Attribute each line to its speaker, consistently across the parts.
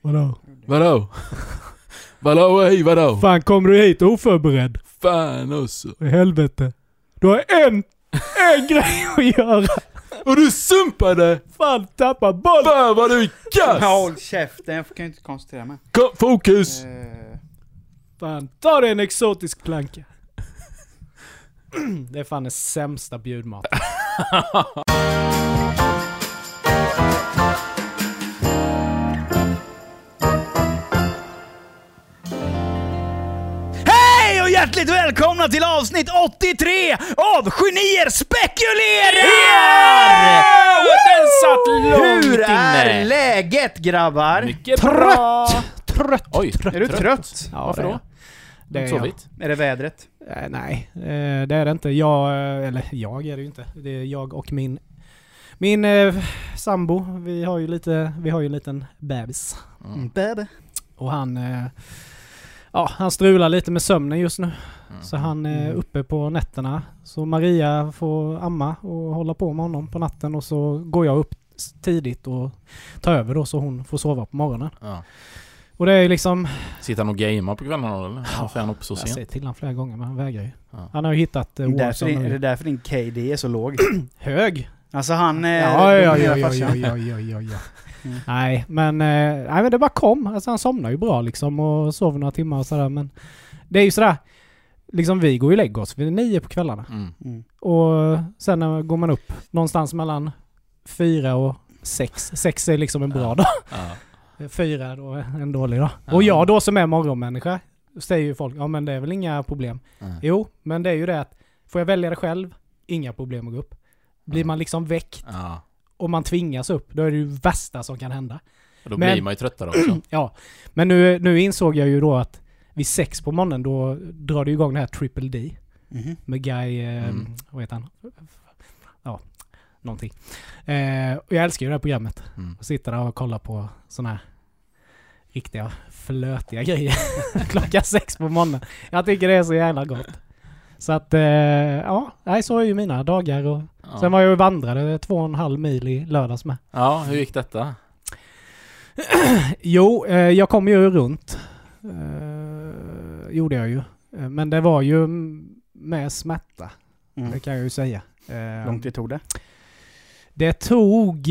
Speaker 1: Vadå?
Speaker 2: Fan, kommer du hit oförberedd?
Speaker 1: Fan också.
Speaker 2: I helvete. Du har en grej att göra.
Speaker 1: Och du sumpade.
Speaker 2: Fan, tappa boll.
Speaker 1: Fan vad du är kass.
Speaker 3: Håll käften, jag kan ju inte koncentrera mig.
Speaker 1: Fokus.
Speaker 2: Fan, ta dig en exotisk planka. Det är fan den sämsta bjudmat.
Speaker 3: Hej och hjärtligt välkomna till avsnitt 83 av Genier spekulerar!
Speaker 1: Den satt långt
Speaker 3: Hur är
Speaker 1: inne.
Speaker 3: läget, grabbar?
Speaker 1: Mycket bra.
Speaker 2: Trött.
Speaker 1: Oj,
Speaker 3: Är du trött?
Speaker 2: Ja,
Speaker 1: Varför då?
Speaker 2: Det är
Speaker 1: Sovit?
Speaker 3: Är det vädret?
Speaker 2: Nej, det är det inte. Jag är det ju inte. Det är jag och min sambo. Vi har ju en liten bebis.
Speaker 3: Baby.
Speaker 2: Och han strular lite med sömnen just nu. Så han är uppe på nätterna. Så Maria får amma och hålla på med honom på natten. Och så går jag upp tidigt och tar över då så hon får sova på morgonen.
Speaker 1: Ja.
Speaker 2: Och det är liksom...
Speaker 1: Sitter han och gamer på kvällarna eller? Varför är han uppe så
Speaker 2: Jag
Speaker 1: sent?
Speaker 2: säger till honom flera gånger men han vägrar ju.
Speaker 1: Ja.
Speaker 2: Han har ju hittat
Speaker 3: Är det därför din KD är så låg?
Speaker 2: hög.
Speaker 3: Alltså han är...
Speaker 2: Ja. Nej, men det bara kom. Alltså han somnar ju bra liksom och sover några timmar och sådär. Men det är ju sådär, liksom vi går ju lägga oss vid 9 på kvällarna. Och sen går man upp någonstans mellan 4 och 6. 6 är liksom en bra dag. 4 då är en dålig dag. Och jag då som är morgonmänniska säger ju folk, ja men det är väl inga problem. Jo, men det är ju det att får jag välja det själv, inga problem att gå upp. Blir man liksom väckt och man tvingas upp, då är det ju värsta som kan hända.
Speaker 1: Och då blir man ju tröttare också.
Speaker 2: Ja, men nu insåg jag ju då att vid 6 på morgonen då drar det igång det här Triple D. Med Guy, vad heter han? Ja, någonting. Och jag älskar ju det här programmet. Och sitter där och kollar på såna här riktiga flötiga grejer. Klockan 6 på morgonen. Jag tycker det är så jävla gott. Så att, så är ju mina dagar. Och sen var jag ju vandrade 2,5 mil i lördags med.
Speaker 1: Ja, hur gick detta?
Speaker 2: Jo, jag kom ju runt. Gjorde jag ju. Men det var ju med smärta. Det kan jag ju säga.
Speaker 3: Långt det tog det?
Speaker 2: Det tog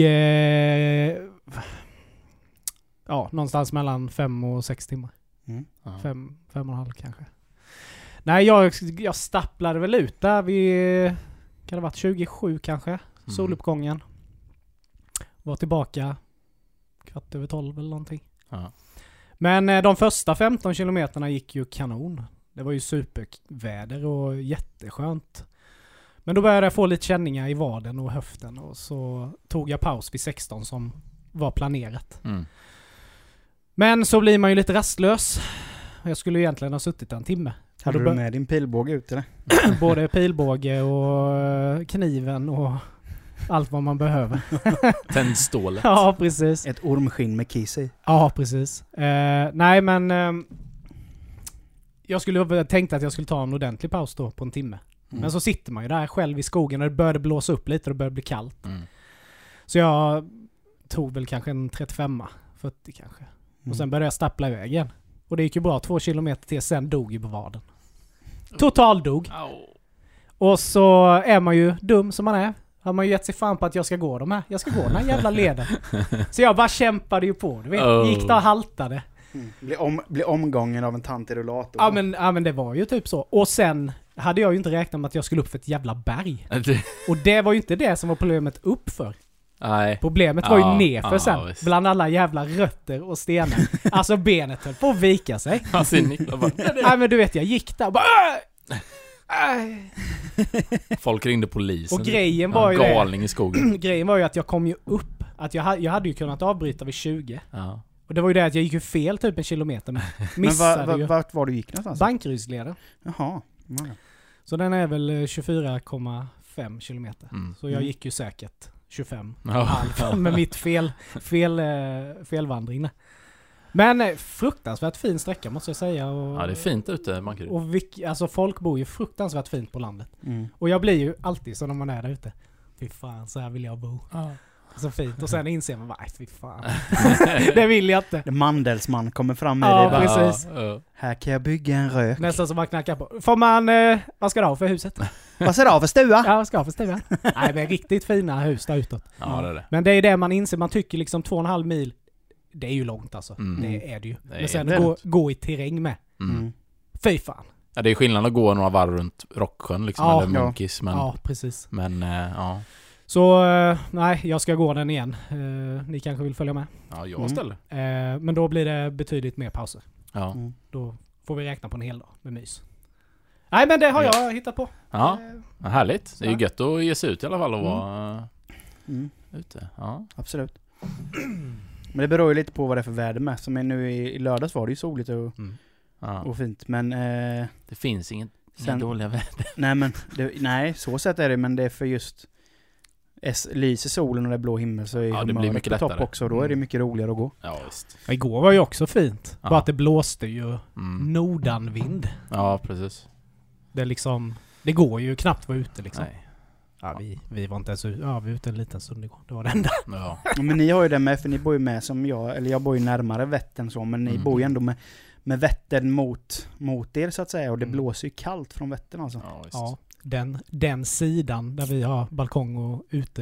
Speaker 2: någonstans mellan 5 och 6 timmar. 5,5 kanske. Nej, jag stapplade väl ut där vid, kan det ha varit 27 kanske, soluppgången. Var tillbaka 11:15 eller någonting. Men de första 15 kilometerna gick ju kanon. Det var ju superväder och jätteskönt. Men då började jag få lite känningar i vaden och höften och så tog jag paus vid 16 som var planerat. Men så blir man ju lite rastlös. Jag skulle ju egentligen ha suttit en timme.
Speaker 3: Hade du med din pilbåge ut eller?
Speaker 2: Både pilbåge och kniven och allt vad man behöver.
Speaker 1: Tändstålet.
Speaker 2: Ja, precis.
Speaker 3: Ett ormskinn med kiss i.
Speaker 2: Ja, precis. Nej, men jag skulle tänkt att jag skulle ta en ordentlig paus då på en timme. Men så sitter man ju där själv i skogen och det började blåsa upp lite och det började bli kallt. Så jag tog väl kanske en 35, 40 kanske. Och sen började jag stappla iväg igen. Och det gick ju bra 2 kilometer till, sen dog ju på vaden. Total dog. Och så är man ju dum som man är. Har man ju gett sig fan på att jag ska gå Jag ska gå den här jävla leden. Så jag bara kämpade ju på. Du vet, gick där och haltade.
Speaker 3: Bli omgången av en tant i rullator.
Speaker 2: Ja men det var ju typ så. Och sen hade jag ju inte räknat med att jag skulle upp för ett jävla berg. Och det var ju inte det som var problemet uppför.
Speaker 1: Nej.
Speaker 2: Problemet var ju nerför sen. Visst. Bland alla jävla rötter och stenar. Alltså benet höll på att vika sig. Nej men du vet, jag gick där och bara...
Speaker 1: Folk ringde polisen.
Speaker 2: Och grejen var ju
Speaker 1: galning i skogen.
Speaker 2: Grejen var ju att jag kom ju upp. Att jag hade ju kunnat avbryta vid 20. Och det var ju det att jag gick ju fel typ en kilometer.
Speaker 3: Men vart var du gick någonstans?
Speaker 2: Bankrydsleden.
Speaker 3: Jaha.
Speaker 2: Så den är väl 24,5 kilometer. Så jag gick ju säkert 25 med mitt felvandring. Men fruktansvärt fin sträcka måste jag säga. Och,
Speaker 1: ja, det är fint ute, Bankeryd.
Speaker 2: Och alltså folk bor ju fruktansvärt fint på landet. Och jag blir ju alltid så när man är där ute. Fy fan, så här vill jag bo. Så fint. Och sen inser man bara, fy fan. Det vill jag inte.
Speaker 3: Mandelsman kommer fram med
Speaker 2: Ja,
Speaker 3: det. Bara,
Speaker 2: precis.
Speaker 3: här kan jag bygga en rök.
Speaker 2: Nästan som man knackar på. Får man, vad ska du ha för huset?
Speaker 3: Vad ska du ha för stua?
Speaker 2: Ja, vad ska jag ha för stugan? Nej, men riktigt fina hus där utåt.
Speaker 1: Ja, det är det.
Speaker 2: Men det är det man inser, man tycker liksom 2,5 mil, det är ju långt alltså. Det är det ju.
Speaker 1: Det är
Speaker 2: Men sen gå i terräng med. Fy fan.
Speaker 1: Ja, det är skillnad att gå några varv runt Rocksjön liksom,
Speaker 2: Ja.
Speaker 1: eller Munkis, men...
Speaker 2: Ja, precis.
Speaker 1: Men, ja.
Speaker 2: Så, nej, jag ska gå den igen. Ni kanske vill följa med.
Speaker 1: Ja, jag ställer.
Speaker 2: Men då blir det betydligt mer pauser.
Speaker 1: Ja.
Speaker 2: Då får vi räkna på en hel dag med mys. Nej, men det har jag hittat på.
Speaker 1: Ja, härligt. Det är ju gött att ge sig ut i alla fall och vara ute. Ja.
Speaker 3: Absolut. Men det beror ju lite på vad det är för väder med. Som är nu i lördags var det ju soligt och fint. Men
Speaker 1: det finns inga dåliga väder.
Speaker 3: Nej, men nej, så sett är det. Men det är för just lyser solen och det är blå himmel så är
Speaker 1: det blir mycket
Speaker 3: på topp
Speaker 1: lättare.
Speaker 3: också. Då är det mycket roligare att gå.
Speaker 1: Ja, visst.
Speaker 2: Igår var ju också fint.
Speaker 1: Ja.
Speaker 2: Bara att det blåste ju nordanvind.
Speaker 1: Ja, precis.
Speaker 2: Det är liksom, det går ju knappt att vara ute liksom.
Speaker 1: Nej.
Speaker 2: Ja, vi var inte ens ute. Ja, vi var ute en liten stund igår. Det var det enda.
Speaker 1: Ja.
Speaker 3: Men ni har ju det med, för ni bor ju med som jag, eller jag bor ju närmare Vättern så, men ni bor ju ändå med Vättern mot er så att säga, och det blåser ju kallt från Vättern alltså.
Speaker 1: Ja, visst.
Speaker 2: Ja, den sidan där vi har balkong och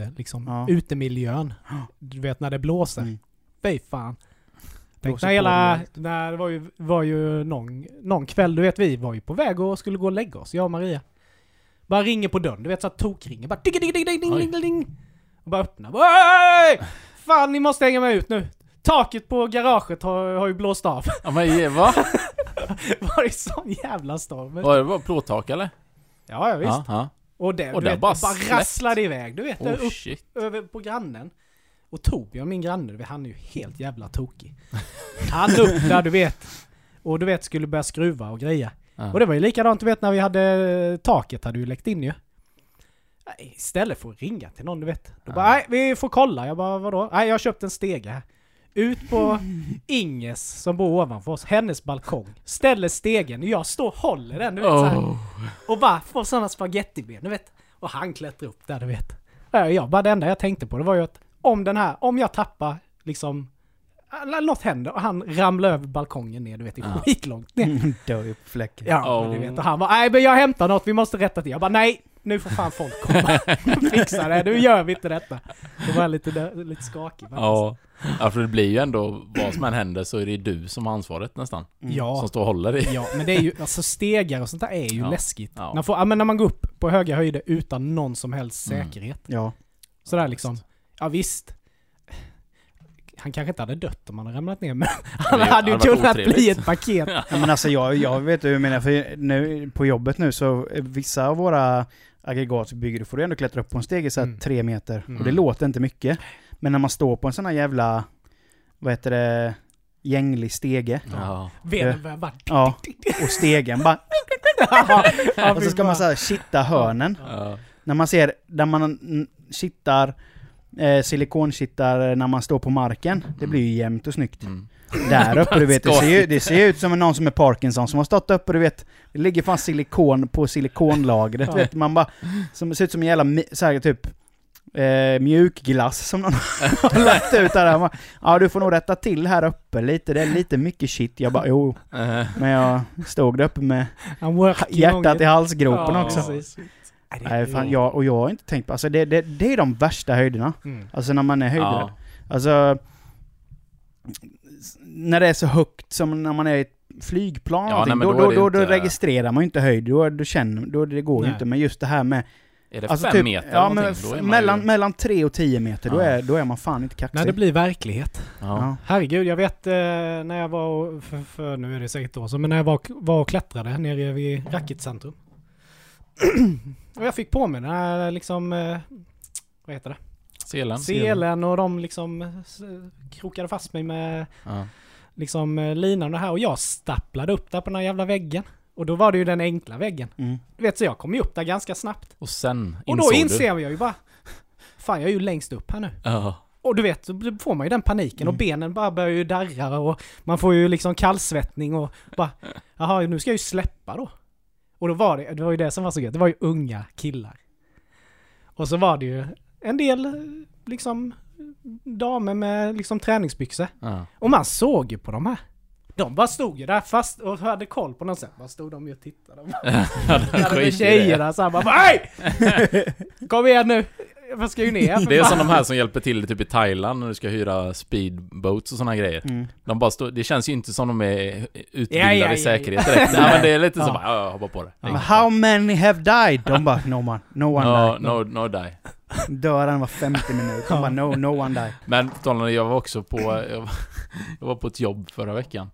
Speaker 2: utemiljön. Du vet när det blåser. Fy fan. Tänk när det var ju någon kväll, du vet, vi var ju på väg och skulle gå och lägga oss, jag och Maria. Bara ringer på dörren, du vet, så att tokringer. Bara ding. Och bara öppnar. Fan, ni måste hänga med ut nu. Taket på garaget har ju blåst av.
Speaker 1: Ja, men va?
Speaker 2: Var det sån jävla storm?
Speaker 1: Var det bara plåttak eller?
Speaker 2: Ja, visst.
Speaker 1: Ja.
Speaker 2: Och
Speaker 1: den
Speaker 2: du vet,
Speaker 1: bara
Speaker 2: rasslade iväg, du vet,
Speaker 1: shit.
Speaker 2: över på grannen. Och Torbjörn, min granne, han är ju helt jävla tokig. Han upp där, du vet. Och du vet, skulle börja skruva och greja. Och det var ju likadant, du vet, när vi hade taket hade ju läckt in ju. Nej, istället för att ringa till någon, du vet. Då bara, nej, vi får kolla. Jag bara, vadå? Nej, jag har köpt en stege här. Ut på Inges som bor ovanför oss, hennes balkong. Ställer stegen, jag står och håller den, du vet, så här. Och bara får sådana spagettiben, du vet. Och han klättrar upp där, du vet. Det enda jag tänkte på, det var ju att om jag tappar liksom, något händer och han ramlar över balkongen ner, du vet, det är skitlångt ner.
Speaker 3: Dör ju på fläcken.
Speaker 2: Ja, du vet. Och han bara, nej, men jag hämtar något, vi måste rätta till. Jag bara, nej, nu får fan folk komma. Fixa det, nu gör vi inte detta. Då var jag lite skakig.
Speaker 1: Ja, för det blir ju ändå, vad som än händer så är det du som har ansvaret nästan.
Speaker 2: Ja.
Speaker 1: Som står och håller i.
Speaker 2: Ja, men det är ju, alltså stegar och sånt där är ju läskigt.
Speaker 1: Ja.
Speaker 2: När man går upp på höga höjder utan någon som helst säkerhet.
Speaker 3: Ja.
Speaker 2: Sådär liksom. Ja, visst. Han kanske inte hade dött om han hade ramlat ner, men han hade ju kunnat bli ett paket.
Speaker 3: Ja, men alltså jag vet hur jag menar, för nu, på jobbet nu så vissa av våra aggregat bygger, då får du ändå klättra upp på en stege så här 3 meter. Och det låter inte mycket. Men när man står på en sån här jävla, vad heter det, gänglig stege.
Speaker 1: Ja.
Speaker 3: Ja, och stegen bara och så ska man så här kitta hörnen.
Speaker 1: Ja.
Speaker 3: När man ser, där man kittar silikonskittar när man står på marken. Det blir ju jämnt och snyggt. Där uppe, du vet, det ser ut som någon som är Parkinson som har stått upp och du vet, det ligger fan silikon på silikonlagret. Du vet, man bara, som ser ut som en jävla så här, typ mjukglass som någon har lagt ut där. Ja, du får nog rätta till här uppe lite. Det är lite mycket shit. Jag bara, jo. Men jag stod där uppe med hjärtat i halsgropen också. Nej, fan, jag har inte tänkt på, alltså det är de värsta höjderna. Alltså när man är höjdrädd. Alltså när det är så högt som när man är i ett flygplan, då registrerar man ju inte höjd, då det går ju inte, men just det här med,
Speaker 1: är det
Speaker 3: alltså
Speaker 1: 5
Speaker 3: typ,
Speaker 1: meter?
Speaker 3: Ja, men mellan 3 och 10 meter, då är man fan inte kaxig.
Speaker 2: När det blir verklighet.
Speaker 1: Ja.
Speaker 2: Herregud, jag vet när jag var, för nu är det säkert år så, men när jag var och klättrade nere vid Racketcentrum. Och jag fick på mig den här liksom, vad heter det? Selen och de liksom krokade fast mig med liksom linan och det här, och jag stapplade upp där på den här jävla väggen. Och då var det ju den enkla väggen. Du vet, så jag kom ju upp där ganska snabbt.
Speaker 1: Och sen
Speaker 2: och då inser jag ju bara, fan, jag är ju längst upp här nu. Och du vet, så får man ju den paniken och benen bara börjar ju darra och man får ju liksom kallsvettning och bara, jaha, nu ska jag ju släppa då. Och då var det var ju det som var så gött. Det var ju unga killar. Och så var det ju en del liksom damer med liksom träningsbyxor.
Speaker 1: Ja.
Speaker 2: Och man såg ju på de här. De bara stod ju där fast och hade koll på något sätt. Bara stod de ju och tittade. Där med tjejerna så här bara, nej! Kom igen nu! Jag ska ju ner.
Speaker 1: Det är som de här som hjälper till typ i Thailand när du ska hyra speedboats och såna grejer. De bara står, det känns ju inte som de är utbildade i säkerhet direkt. Nej, men det är lite så bara, jag hoppar på det.
Speaker 3: How many have died? De bara, no one died.
Speaker 1: No die.
Speaker 3: Dör han var 50 minuter. De bara, no one died.
Speaker 1: Men jag var också på jag var på ett jobb förra veckan.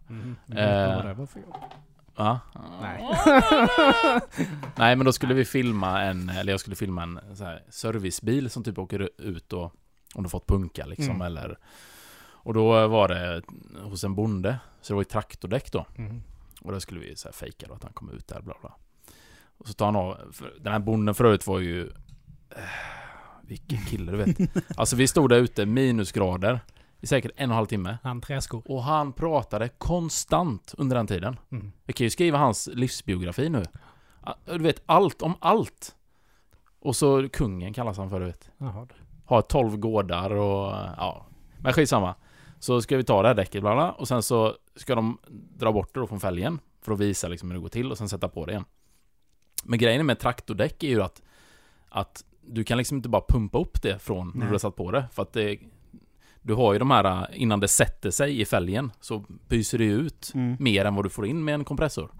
Speaker 1: Ja.
Speaker 2: Nej.
Speaker 1: Nej, men då skulle vi filma jag skulle filma en så här servicebil som typ åker ut och om du fått punka liksom eller och då var det hos en bonde så det var ett traktordäck då. Och då skulle vi så här fejka då att han kom ut där bla bla. Och så tar han av den här bonden förut var ju vilken kille du vet. Alltså vi stod där ute minusgrader i säkert 1,5 timme.
Speaker 2: Han träskor.
Speaker 1: Och han pratade konstant under den tiden. Jag kan ju skriva hans livsbiografi nu. Du vet, allt om allt. Och så kungen kallas han för, du vet. Har 12 gårdar och ja. Men skitsamma. Så ska vi ta det här däcket bla bla. Och sen så ska de dra bort det då från fälgen. För att visa liksom hur det går till och sen sätta på det igen. Men grejen med traktordäck är ju att du kan liksom inte bara pumpa upp det från när du har satt på det. För att du har ju de här, innan det sätter sig i fälgen så pyser det ut mer än vad du får in med en kompressor.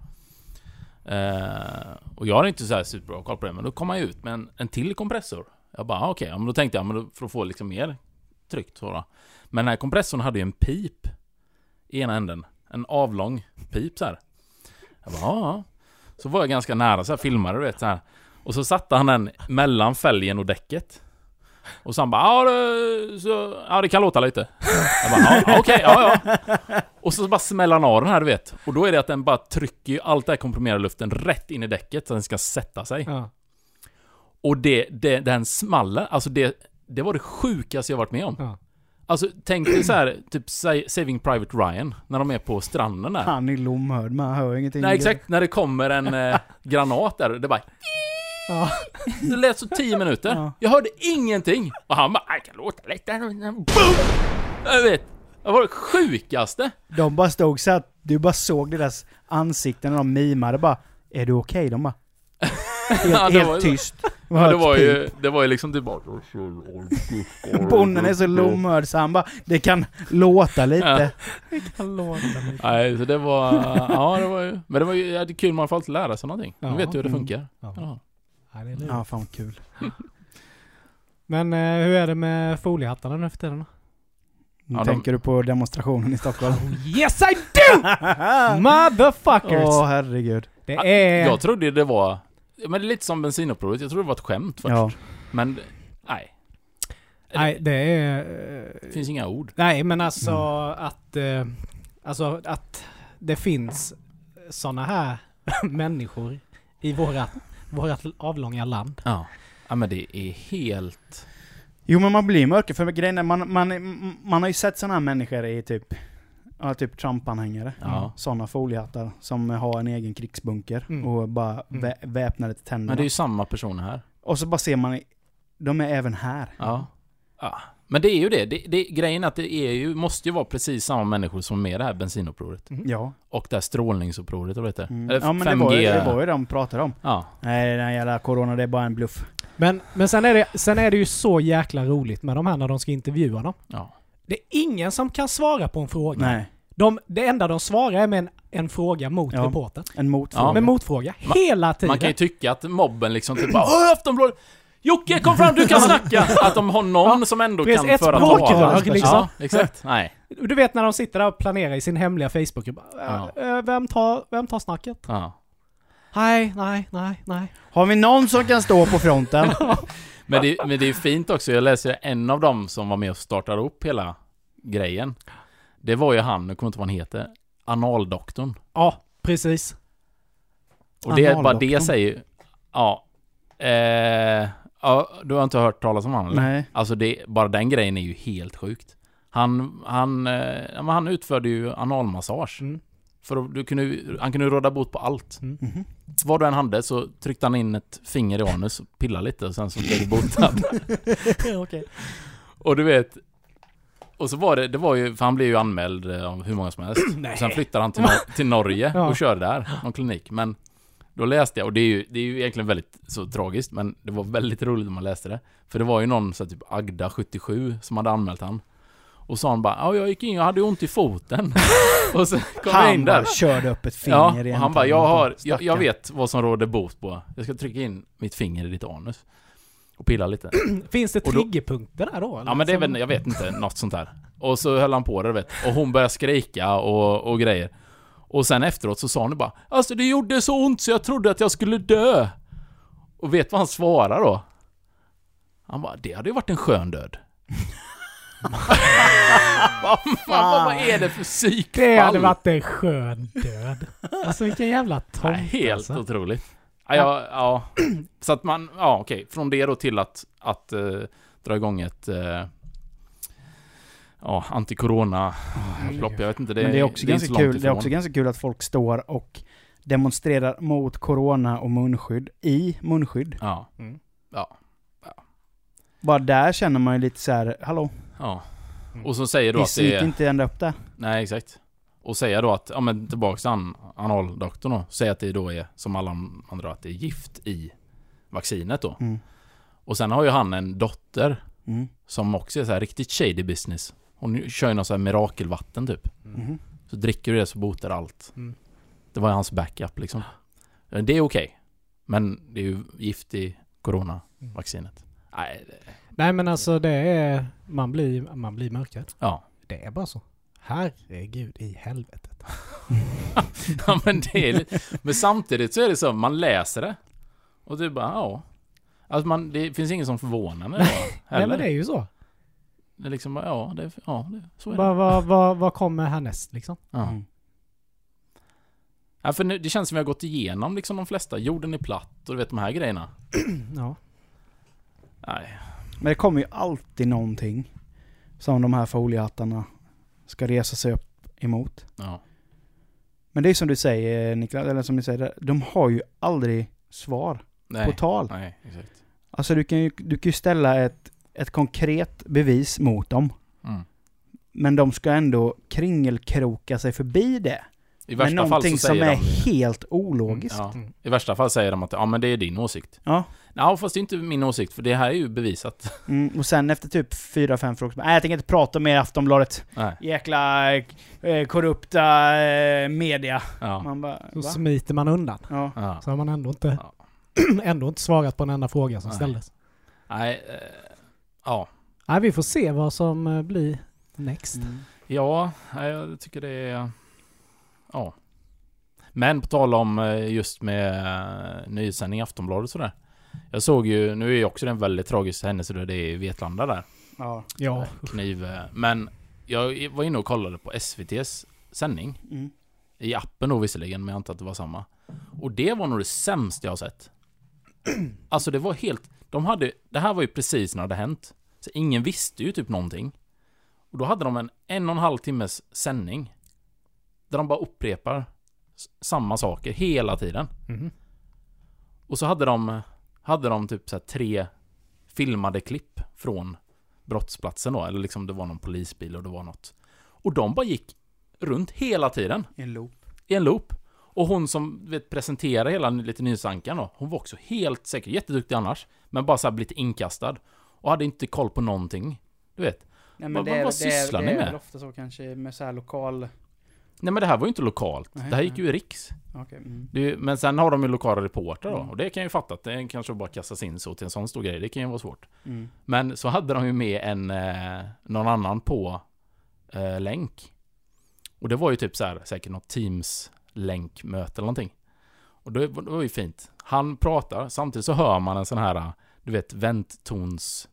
Speaker 1: Och jag har inte så här superbra koll på det, men då kommer jag ut med en till kompressor. Jag bara, okej, men då tänkte jag, men för att få liksom mer tryckt så då. Men den här kompressorn hade ju en pip i ena änden. En avlång pip så här. Jag bara, ja. Så var jag ganska nära så här, filmade du vet så här. Och så satte han den mellan fälgen och däcket. Och så han bara, det kan låta lite. Jag bara, okej. Och så bara smäller han av den här, du vet. Och då är det att den bara trycker ju allt det här komprimerade luften rätt in i däcket så den ska sätta sig. Ja. Och den smallen, alltså det var det sjukaste jag varit med om. Ja. Alltså tänk dig så här, typ Saving Private Ryan när de är på stranden där.
Speaker 3: Han är lomhörd, man hör ingenting.
Speaker 1: Nej, exakt, när det kommer en granat där, det bara ja. Det lät så 10 minuter. Ja. Jag hörde ingenting. Och han bara, jag kan låta lite. Boom! Jag vet. Det var det sjukaste.
Speaker 3: De bara stod så att du bara såg deras ansikten när de mimade. Bara, är du okej? De bara, helt tyst.
Speaker 1: Ja, det var ju liksom typ bara
Speaker 3: bonden är så lomhörd så han bara, det kan låta lite.
Speaker 2: Ja. Det kan låta lite.
Speaker 1: Nej, så det var det var ju, men det var ju det kul, man får alltid lära sig någonting. Man vet ju hur det funkar.
Speaker 3: Ja, fan kul.
Speaker 2: Men hur är det med foliehattarna nu för tiden?
Speaker 3: Tänker du på demonstrationen i Stockholm?
Speaker 2: Yes I do! Motherfuckers!
Speaker 3: Herregud.
Speaker 2: Det är...
Speaker 1: Jag trodde det var... Men det är lite som bensinupproret. Jag trodde det var ett skämt först. Ja. Men, nej.
Speaker 2: Nej, det är...
Speaker 1: Det finns inga ord.
Speaker 2: Nej, men alltså att det finns såna här människor i våra avlånga land.
Speaker 1: Ja, men det är helt...
Speaker 3: Jo, men man blir mörker för grejen är, man har ju sett såna här människor i typ Trump-anhängare. Ja. Såna foliehattar som har en egen krigsbunker och bara väpnade till tänderna.
Speaker 1: Men det är ju samma personer här.
Speaker 3: Och så bara ser man, de är även här.
Speaker 1: Ja. Men det är ju det. Grejen är att det är ju, måste ju vara precis samma människor som är det här bensinupproret.
Speaker 3: Ja.
Speaker 1: Och det här strålningsupproret, vad heter det?
Speaker 3: Ja, men 5G. Det var ju de pratade om.
Speaker 1: Ja.
Speaker 3: Nej, den jävla corona, det är bara en bluff.
Speaker 2: Men sen är det ju så jäkla roligt med de här när de ska intervjua dem. Ja. Det är ingen som kan svara på en fråga.
Speaker 3: Nej.
Speaker 2: Det enda de svarar är med en fråga mot reportern.
Speaker 3: En motfråga.
Speaker 2: Med motfråga. Hela tiden.
Speaker 1: Man kan ju tycka att mobben liksom typ bara Aftonbladet, Jocke, kom fram, du kan snacka. Att de har någon som ändå kan
Speaker 2: ett
Speaker 1: föra
Speaker 2: språkrör liksom.
Speaker 1: Ja, exakt. Nej.
Speaker 2: Du vet när de sitter där och planerar i sin hemliga Facebook. Vem tar snacket?
Speaker 1: Ja.
Speaker 2: Nej.
Speaker 3: Har vi någon som kan stå på fronten?
Speaker 1: Men det är fint också. Jag läser en av dem som var med och startade upp hela grejen. Det var ju han, jag kommer inte vad han heter, analdoktorn.
Speaker 2: Ja, precis.
Speaker 1: Och det är bara det säger du har inte hört talas om han eller?
Speaker 3: Nej.
Speaker 1: Alltså bara den grejen är ju helt sjukt. Han utförde ju analmassage. För han kunde råda bot på allt. Vad du än hade så tryckte han in ett finger i anus och pillade lite och sen så blev det botad.
Speaker 2: Okay.
Speaker 1: Och du vet, Och så det var ju, för han blev ju anmäld av hur många som helst. Och sen flyttade han till Norge och körde där, någon klinik. Men då läste jag, och det är ju egentligen väldigt så tragiskt, men det var väldigt roligt när man läste det. För det var ju någon så typ Agda 77 som hade anmält han. Och sa han bara, jag gick in och hade ont i foten. Och så kom jag in där.
Speaker 3: Han körde upp ett finger i
Speaker 1: och han bara, jag vet vad som råder bot på. Jag ska trycka in mitt finger i ditt anus. Och pilla lite.
Speaker 2: Finns det triggerpunkter där då?
Speaker 1: Ja, men det är väl, jag vet inte, något sånt där. Och så höll han på det, vet. Och hon började skrika och grejer. Och sen efteråt så sa hon bara, alltså det gjorde så ont så jag trodde att jag skulle dö. Och vet vad han svarar då? Han bara, det hade ju varit en skön död. Vad är det för psykfall?
Speaker 2: Det hade varit en skön död. Alltså vilken jävla tomt.
Speaker 1: Helt
Speaker 2: alltså.
Speaker 1: otroligt. Ja. Så att man, okej. Från det då till att dra igång ett anti-corona-lopp. Jag vet inte,
Speaker 3: men det är också ganska kul. Det är också ganska kul att folk står och demonstrerar mot corona och munskydd i munskydd.
Speaker 1: Ja.
Speaker 3: Bara där känner man ju lite så här, hallå.
Speaker 1: Ja. Och så säger då att det är
Speaker 3: inte ända upp där.
Speaker 1: Nej, exakt. Och säga då att, tillbaka till analdoktorn då, säga att det då är, som alla andra, att det är gift i vaccinet då. Och sen har ju han en dotter som också är så här riktigt shady business. Hon kör ju någon så här mirakelvatten typ. Så dricker du det så botar allt. Det var ju hans backup liksom. Det är okej. Men det är ju gift i coronavaccinet.
Speaker 2: Nej, men alltså det är, man blir mörkad.
Speaker 1: Ja.
Speaker 2: Det är bara så. Herregud i helvetet.
Speaker 1: Ja, men det är men samtidigt så är det så, man läser det och det bara, alltså det finns ingen som förvånar mig.
Speaker 2: Nej, men det är ju så.
Speaker 1: Det är liksom, så är
Speaker 2: det. Vad kommer härnäst liksom?
Speaker 1: Ja, för nu, det känns som vi har gått igenom liksom de flesta. Jorden är platt och du vet de här grejerna.
Speaker 2: Ja.
Speaker 1: Nej.
Speaker 3: Men det kommer ju alltid någonting som de här foliehattarna ska resa sig upp emot. Ja. Men det är som du säger, Niklas, eller som ni säger, de har ju aldrig svar på tal.
Speaker 1: Nej, exakt.
Speaker 3: Alltså du kan ju ställa ett konkret bevis mot dem. Men de ska ändå kringelkroka sig förbi det.
Speaker 1: I värsta fall så
Speaker 3: som är helt ologiskt.
Speaker 1: I värsta fall säger de att men det är din åsikt. Ja, fast det är inte min åsikt, för det här är ju bevisat.
Speaker 3: Och sen efter typ 4-5 frågor, jag tänker inte prata mer Aftonbladet. Jäkla korrupta media.
Speaker 2: Man bara, så smiter man undan. Så har man ändå inte svarat på en enda fråga som ställdes.
Speaker 1: Nej,
Speaker 2: Nej, vi får se vad som blir next.
Speaker 1: Ja, jag tycker det är... Ja. Men på tal om just med nyhetssändning i Aftonbladet och sådär. Jag såg ju, nu är ju också en väldigt tragisk händelse då det är i Vetlanda där.
Speaker 2: Ja.
Speaker 1: Kniv. Men jag var inne och kollade på SVT:s sändning. I appen då visserligen, men jag antar att det var samma. Och det var nog det sämsta jag har sett. Alltså det var helt... det här var ju precis när det hade hänt. Så ingen visste ju typ någonting. Och då hade de en 1,5 timmes sändning. Där de bara upprepar samma saker hela tiden. Och så hade de typ så här 3 filmade klipp från brottsplatsen då. Eller liksom det var någon polisbil och det var något. Och de bara gick runt hela tiden. I en loop. Och hon som presenterade hela lite nysankan då. Hon var också helt säkert jätteduktig annars. Men bara så här blivit inkastad. Och hade inte koll på någonting. Du vet.
Speaker 3: Nej, men vad sysslar ni med? Det är väl ofta så kanske med så här lokal...
Speaker 1: Nej, men det här var ju inte lokalt. Det här gick ju i riks. Men sen har de ju lokala reporter då. Och det kan jag ju fatta att det kanske bara kastas in så till en sån stor grej. Det kan ju vara svårt. Men så hade de ju med någon annan på länk. Och det var ju typ så här, säkert något Teams-länkmöte eller någonting. Och det var ju fint. Han pratar, samtidigt så hör man en sån här, du vet, vänttons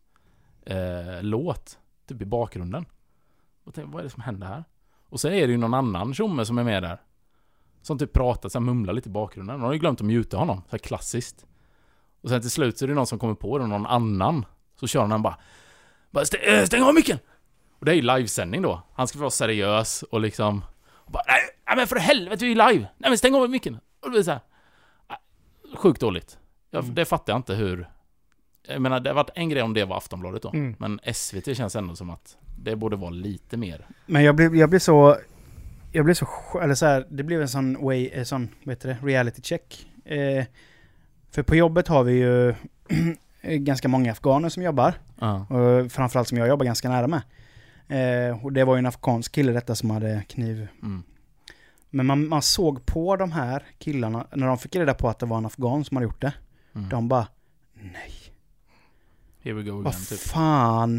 Speaker 1: låt typ i bakgrunden. Och tänkte, vad är det som händer här? Och så är det ju någon annan tjomme som är med där. Som typ pratar, så här mumlar lite i bakgrunden. De har ju glömt att muta honom, så här klassiskt. Och sen till slut så är det någon som kommer på det, någon annan. Så kör han bara stäng av micken! Och det är ju livesändning då. Han ska vara seriös och liksom... Och bara, nej men för helvete, vi är live! Nej men stäng av micken! Och det blir så här... Sjukt dåligt. Det fattar jag inte hur... jag menar, det har varit en grej om det var Aftonbladet då. Men SVT känns ändå som att det borde vara lite mer.
Speaker 3: Men jag blev så eller så här, det blev en sån reality check. För på jobbet har vi ju ganska många afghaner som jobbar. Och framförallt som jag jobbar ganska nära med. Och det var ju en afghansk kille detta som hade kniv. Men man såg på de här killarna, när de fick reda på att det var en afghan som hade gjort det. De bara, nej.
Speaker 1: Here we go again.
Speaker 3: Vad fan.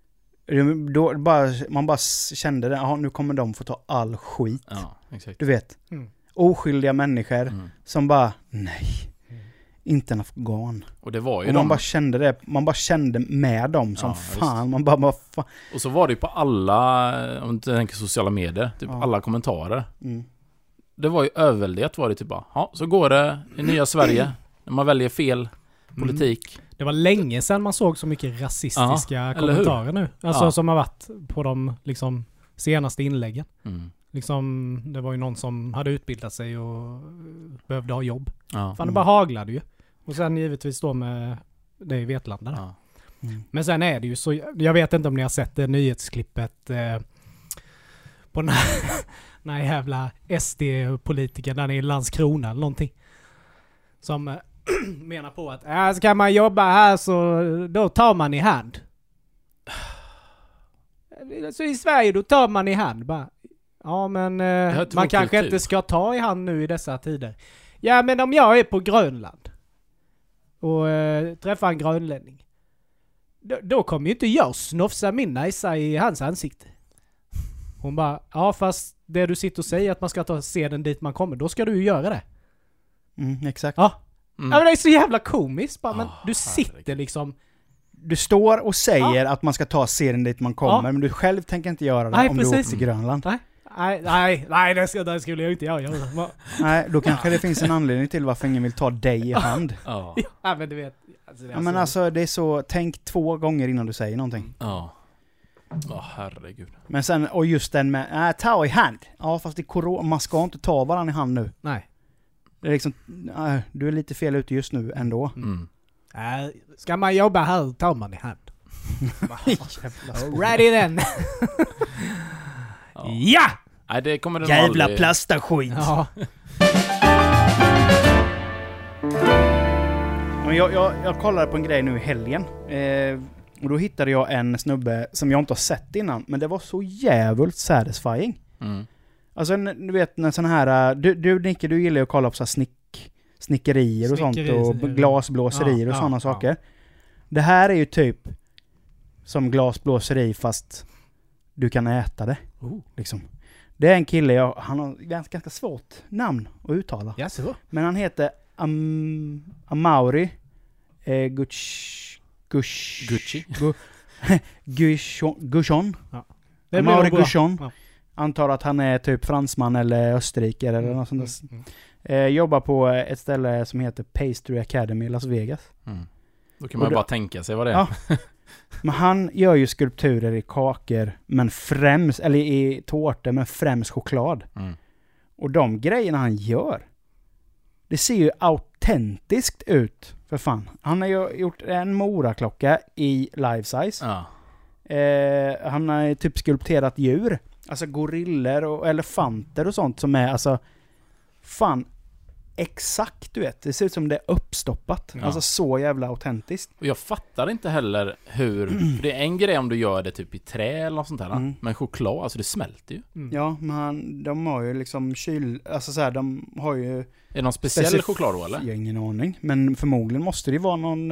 Speaker 3: Man bara kände det, nu kommer de få ta all skit.
Speaker 1: Ja, exakt.
Speaker 3: Du vet. Oskyldiga människor som bara, nej. Inte en afghan.
Speaker 1: Och det var ju
Speaker 3: och man bara kände det. Man bara kände med dem som fan.
Speaker 1: Just.
Speaker 3: Man bara fan.
Speaker 1: Och så var det ju på alla, om du tänker sociala medier, typ alla kommentarer. Det var ju överväldigt, var det typ bara, ja, så går det i nya Sverige när man väljer fel politik.
Speaker 2: Det var länge sedan man såg så mycket rasistiska kommentarer nu. Alltså som har varit på de liksom senaste inläggen. Liksom, det var ju någon som hade utbildat sig och behövde ha jobb. Fan, det bara haglade ju. Och sen givetvis då med det i Vetlanda. Men sen är det ju så, jag vet inte om ni har sett det nyhetsklippet på den här jävla SD-politikern där i Landskrona eller någonting. Som menar på att ska man jobba här så då tar man i hand. Så i Sverige då tar man i hand bara. Ja, men man kanske inte ska ta i hand nu i dessa tider. Ja, men om jag är på Grönland och träffar en grönlänning, då kommer ju inte jag snofsa min näsa i hans ansikte. Hon bara, ja, fast det du sitter och säger att man ska ta seden dit man kommer, då ska du ju göra det.
Speaker 3: Exakt.
Speaker 2: Ja. Ja, men det är så jävla komiskt. Bara, men du sitter liksom...
Speaker 3: Du står och säger att man ska ta serien dit man kommer, men du själv tänker inte göra det om du åker till Grönland.
Speaker 2: Nej, det skulle jag inte göra.
Speaker 3: Nej, då kanske det finns en anledning till varför ingen vill ta dig i hand.
Speaker 2: Ja, men du vet.
Speaker 3: Alltså, det är så, tänk 2 gånger innan du säger någonting.
Speaker 1: Herregud.
Speaker 3: Men sen, och just den med, ta i hand. Ja, fast det är corona, man ska inte ta varandra i hand nu.
Speaker 2: Nej. Det
Speaker 3: är liksom, du är lite fel ute just nu ändå.
Speaker 2: Ska man jobba här tar man i hand. Ready then. Ja!
Speaker 1: Nej, det kommer den
Speaker 3: jävla
Speaker 1: aldrig...
Speaker 3: plastaskit.
Speaker 2: Ja.
Speaker 3: Men jag kollade på en grej nu i helgen. Och då hittade jag en snubbe som jag inte har sett innan. Men det var så jävligt satisfying. Alltså, du vet, en sån här... Du Nicke, du gillar ju att kolla på så här snickerier och sånt. Och glasblåserier och sådana saker. Det här är ju typ som glasblåseri, fast du kan äta det. Liksom. Det är en kille, han har ganska svårt namn att uttala.
Speaker 2: Yes,
Speaker 3: men han heter Amaury Guchon. Amaury Guchon. Ja. Antar att han är typ fransman eller österrikare eller något sånt där. Jobbar på ett ställe som heter Pastry Academy i Las Vegas.
Speaker 1: Då kan man bara tänka sig vad det är.
Speaker 3: Ja. Men han gör ju skulpturer i kakor, men främst, eller i tårtor, men främst choklad. Och de grejerna han gör, det ser ju autentiskt ut, för fan. Han har ju gjort en moraklocka i life size. Han har typ skulpterat djur. Alltså gorillor och elefanter och sånt som är, alltså, fan, exakt, du vet. Det ser ut som det är uppstoppat. Alltså så jävla autentiskt.
Speaker 1: Och jag fattar inte heller hur... För det är en grej om du gör det typ i trä eller något sånt här. Men choklad, alltså det smälter ju.
Speaker 3: Ja, men de har ju liksom alltså så här, de har ju...
Speaker 1: Är det någon speciell choklad då, eller?
Speaker 3: Jag har ingen aning. Men förmodligen måste det vara någon...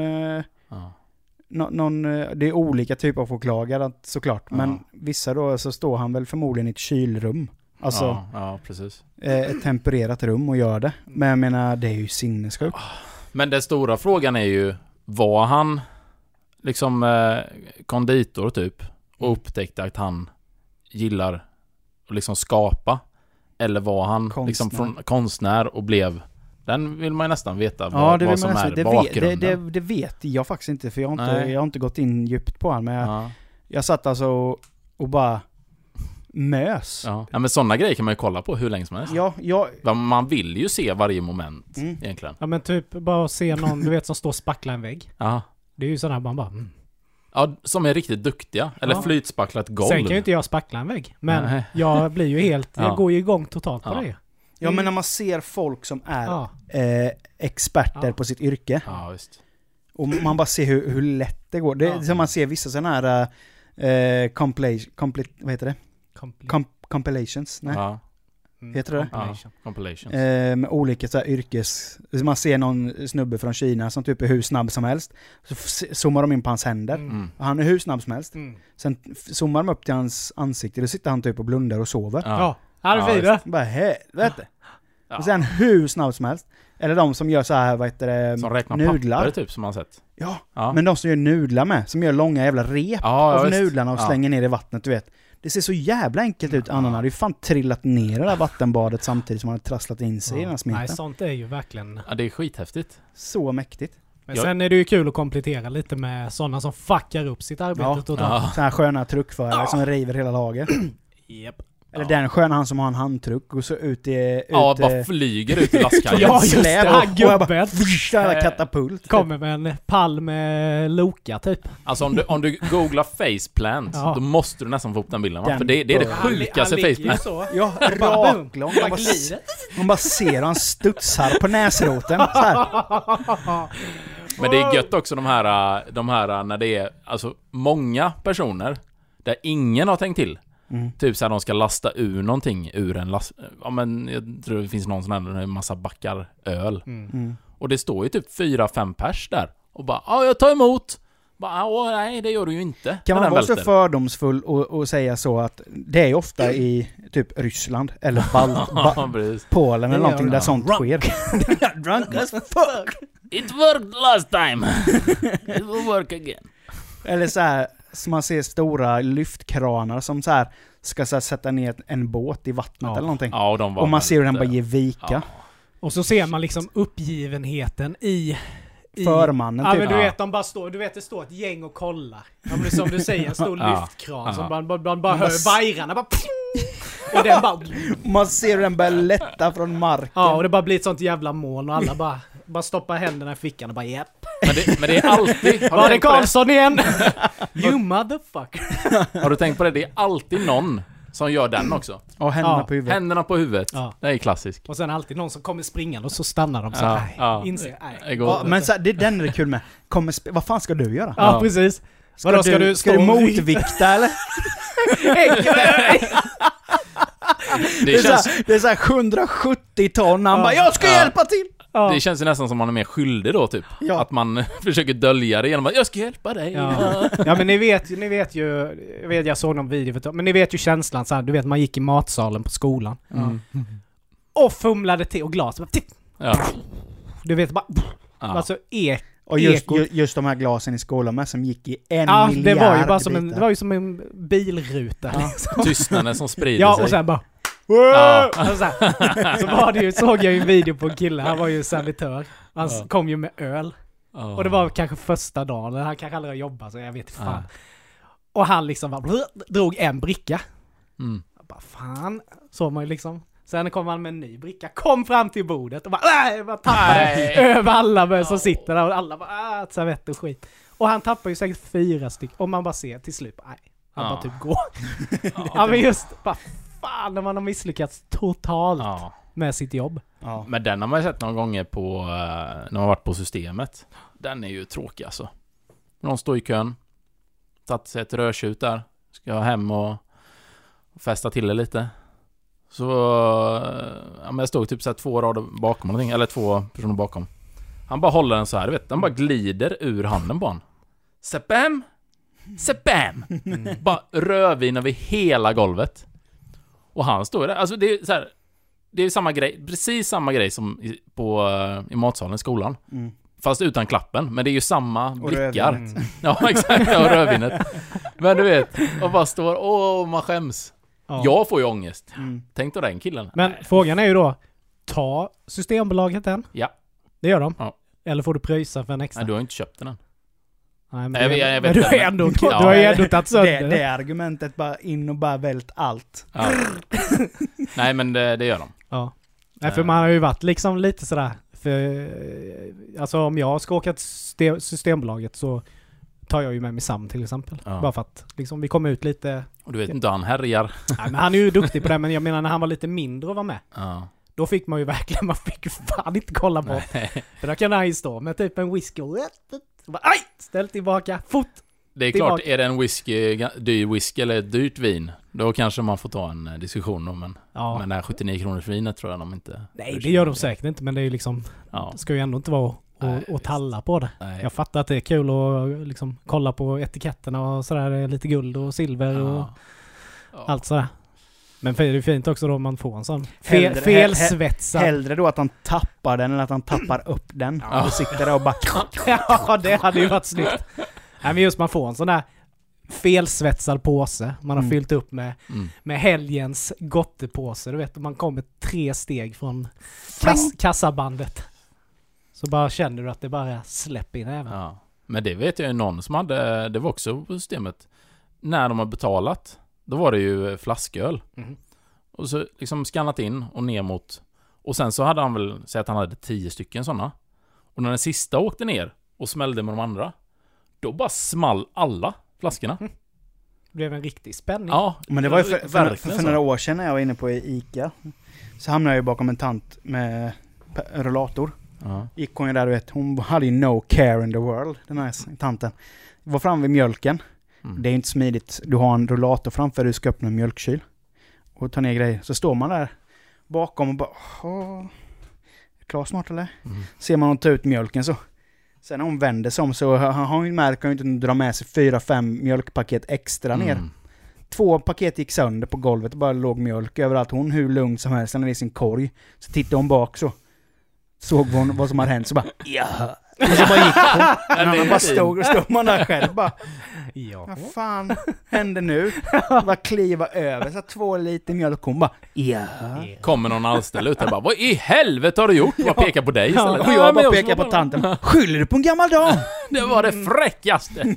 Speaker 3: det är olika typer av choklad såklart. Men vissa då så står han väl förmodligen i ett kylrum. Alltså,
Speaker 1: precis.
Speaker 3: Ett tempererat rum och gör det. Men jag menar, det är ju sinnessjukt.
Speaker 1: Men den stora frågan är ju, var han liksom konditor typ och upptäckte att han gillar att liksom skapa, eller var han liksom från konstnär och blev... Den vill man ju nästan veta vad som är bakgrunden.
Speaker 3: Det vet jag faktiskt inte, för jag har inte gått in djupt på han, men jag satt alltså och bara mös.
Speaker 1: Ja, men sådana grejer kan man ju kolla på hur länge som helst. Man vill ju se varje moment egentligen.
Speaker 2: Ja, men typ bara se någon, du vet, som står och spacklar en vägg. Det är ju sådana man bara...
Speaker 1: Ja, som är riktigt duktiga. Eller flytspacklat golv.
Speaker 2: Sen kan ju inte jag spackla en vägg. Men jag blir ju helt... Jag går ju igång totalt på det.
Speaker 3: Ja, men när man ser folk som är experter på sitt yrke.
Speaker 1: Ja, visst.
Speaker 3: Och man bara ser hur lätt det går. Det är som man ser vissa sådana här vad heter det? Compilations. Nej.
Speaker 1: Ja.
Speaker 3: Heter det?
Speaker 1: Compilations.
Speaker 3: Med olika så här yrkes... Man ser någon snubbe från Kina som typ är hur snabb som helst. Så zoomar de in på hans händer. Han är hur snabb som helst. Sen zoomar de upp till hans ansikte. Då sitter han typ och blundar och sover.
Speaker 2: Ja, han är fina.
Speaker 3: Bara helvete. Och sen hur snabb som helst. Eller de som gör så här, vad heter det?
Speaker 1: Som räknar
Speaker 3: nudlar.
Speaker 1: papper typ som man sett.
Speaker 3: Ja, men de som gör nudlar med. Som gör långa jävla rep av nudlarna och slänger ner i vattnet, du vet. Det ser så jävla enkelt ut. Annan hade ju fan trillat ner i det där vattenbadet samtidigt som han hade trasslat in sig i den här smeten.
Speaker 2: Nej, sånt är ju verkligen...
Speaker 1: Ja, det är skithäftigt.
Speaker 3: Så mäktigt.
Speaker 2: Men sen är det ju kul att komplettera lite med sådana som fuckar upp sitt arbete totalt.
Speaker 3: Så här sköna truckförare som river hela lager.
Speaker 2: Yep.
Speaker 3: Eller den sköna han som har en handtruck och så ut i...
Speaker 1: bara flyger ut i lastkajen.
Speaker 2: Ja, just det. Han gubben.
Speaker 3: Katapult.
Speaker 2: Kommer med en pall med Loka typ.
Speaker 1: Alltså om du googlar faceplant, då måste du nästan få upp den bilden, va? För det är det sjukaste faceplant.
Speaker 3: Ja, raklång. Man bara ser han studsar på näsroten. Så här.
Speaker 1: Men det är gött också de här när det är alltså många personer där ingen har tänkt till. Typ så här de ska lasta ur någonting ur en ja, men jag tror det finns någon sån här en massa backar öl. Och det står ju typ 4-5 pers där och bara jag tar emot. Bara nej, det gör du ju inte.
Speaker 3: Kan man vara så fördomsfull och säga så att det är ofta i typ Ryssland eller Polen eller någonting där sånt sker. Drunk as fuck.
Speaker 1: It worked last time. It will work again.
Speaker 3: Eller så här som man ser stora lyftkranar som så här ska så här sätta ner en båt i vattnet eller någonting.
Speaker 1: Ja,
Speaker 3: och man ser hur den bara ger vika.
Speaker 2: Ja. Och så ser man liksom uppgivenheten i
Speaker 3: förmannen
Speaker 2: typ. Men du vet, de bara står, du vet det står ett gäng och kollar. Ja, men som du säger, en stor lyftkran som man bara hör vajrarna bara och den bara
Speaker 3: man ser hur den börjar lätta från marken.
Speaker 2: Ja, och det bara blir ett sånt jävla moln och alla bara stoppar händerna i fickan och bara japp.
Speaker 1: Men det är alltid...
Speaker 2: Var det Karlsson igen? You motherfucker.
Speaker 1: Har du tänkt på det? Det är alltid någon som gör den också.
Speaker 3: Och händerna på huvudet.
Speaker 1: Händerna på huvudet. Ja. Det är klassiskt.
Speaker 2: Och sen alltid någon som kommer springande och så stannar de så inser.
Speaker 3: Men så, den är det kul med. Vad fan ska du göra?
Speaker 2: Ja, precis.
Speaker 3: Ska du motvikta eller? Det är så här 170 ton. Han bara, jag ska hjälpa till.
Speaker 1: Ja. Det känns ju nästan som man är mer skyldig då typ. Ja. Att man försöker dölja det genom att jag ska hjälpa dig.
Speaker 2: Ja, men ni vet ju, jag såg någon video, men ni vet ju känslan så här, du vet man gick i matsalen på skolan. Och fumlade till och glas. Du vet bara alltså
Speaker 3: och just de här glasen i skolan med som gick i 1 miljard
Speaker 2: det var ju bara det var ju som en bilruta.
Speaker 1: Liksom. Tystnaden som sprider sig.
Speaker 2: Ja, och sen bara så var det ju, såg jag ju en video på en kille, han var ju servitör. Han kom ju med öl. Och det var kanske första dagen, han kanske aldrig har jobbat så jag vet inte fan. Och han liksom bara drog en bricka. Jag bara fan, så man ju liksom. Sen kom han med en ny bricka, kom fram till bordet och bara tappade över alla som sitter där och alla bara servett och skit. Och han tappar ju säkert 4 stycken och man bara ser till slut, han bara typ går. Ja, men just bara fan när man har misslyckats totalt med sitt jobb.
Speaker 1: Ja. Men den har man ju sett några gånger på när man varit på systemet. Den är ju tråkig alltså. Någon står i kön, satt sig ett rödtjut där, ska hem och festa till det lite. Så men jag stod typ så här 2 rader bakom någonting, eller 2 personer bakom. Han bara håller den så här, du vet, den bara glider ur handen på han. Sepam! Bara rödvin över hela golvet. Och han står där, alltså det är så här, det är samma grej, precis samma grej som i matsalen i skolan. Fast utan klappen, men det är ju samma blickar. Ja, exakt, och rödvinet. Men du vet, och bara står, man skäms. Ja. Jag får ju ångest. Tänk då den killen.
Speaker 2: Men frågan är ju då, ta Systembolaget den?
Speaker 1: Ja.
Speaker 2: Det gör de? Ja. Eller får du pröjsa för en extra?
Speaker 1: Nej, du har inte köpt den än.
Speaker 2: Nej, men du har ju ändå tagit sönder.
Speaker 3: Det är argumentet, bara in och bara vält allt.
Speaker 1: Ja. Nej, men det gör de.
Speaker 2: Ja. Nej, för man har ju varit liksom lite sådär För, alltså om jag ska åka till Systembolaget så tar jag ju med mig Sam till exempel.
Speaker 1: Ja.
Speaker 2: Bara för att liksom, vi kommer ut lite...
Speaker 1: Och du vet inte, han härjar.
Speaker 2: Nej, men han är ju duktig på det, men jag menar när han var lite mindre och var med.
Speaker 1: Ja.
Speaker 2: Då fick man ju verkligen, man fick ju fan inte kolla på. För då kan han ju stå med typ en whisky och bara, aj! Ställ tillbaka, fot!
Speaker 1: Det är klart, är det en dyr whisky eller ett dyrt vin, då kanske man får ta en diskussion om men det här 79 kronors vinet tror jag de inte...
Speaker 2: Nej, det gör de säkert inte, men det är ju liksom... Det ska ju ändå inte vara och talla på det.
Speaker 1: Nej.
Speaker 2: Jag fattar att det är kul att liksom kolla på etiketterna och sådär, lite guld och silver och allt sådär. Men det är fint också då man får en sån felsvetsad.
Speaker 3: Hellre då att han tappar den eller att han tappar upp den. Och sitter där och bara...
Speaker 2: Ja, det hade ju varit snyggt. Nej, men just man får en sån där felsvetsad påse. Man har fyllt upp med helgens gottepåse. Du vet, man kommer 3 steg från kassabandet. Så bara känner du att det bara släpper in även.
Speaker 1: Ja. Men det vet jag ju någon som hade, det var också på systemet. När de har betalat, då var det ju flasköl. Och så liksom skannat in och ner mot. Och sen så hade han väl, säg att han hade 10 stycken sådana. Och när den sista åkte ner och smällde med de andra, då bara small alla flaskorna.
Speaker 2: Det blev en riktig spänning.
Speaker 1: Ja,
Speaker 3: men det var ju för några år sedan när jag var inne på Ica. Så hamnade jag ju bakom en tant med rullator. Gick hon ju där, du vet, hon hade ju no care in the world, den här tanten. Var framme vid mjölken. Det är inte smidigt. Du har en rullator framför dig, du ska öppna en mjölkkyl och ta ner grejer. Så står man där bakom och bara, klar snart eller? Ser man hon ta ut mjölken så. Sen när hon vänder sig om så hon märker inte att dra med sig 4-5 mjölkpaket extra ner. 2 paket gick sönder på golvet och bara låg mjölk överallt. Hon hur lugn som helst när i sin korg. Så tittade hon bak så. Såg hon vad som hade hänt så bara, ja. Och så bara gick hon. Man bara stod man där själv bara, vad fan hände nu? Bara kliva över så 2 liter mjölk hon bara, ja.
Speaker 1: Kommer någon anställd ut och bara, vad i helvete har du gjort? Jag pekar på dig istället.
Speaker 3: Och jag bara pekar på tanten. Skyller du på en gammal dam?
Speaker 1: Det var det fräckaste.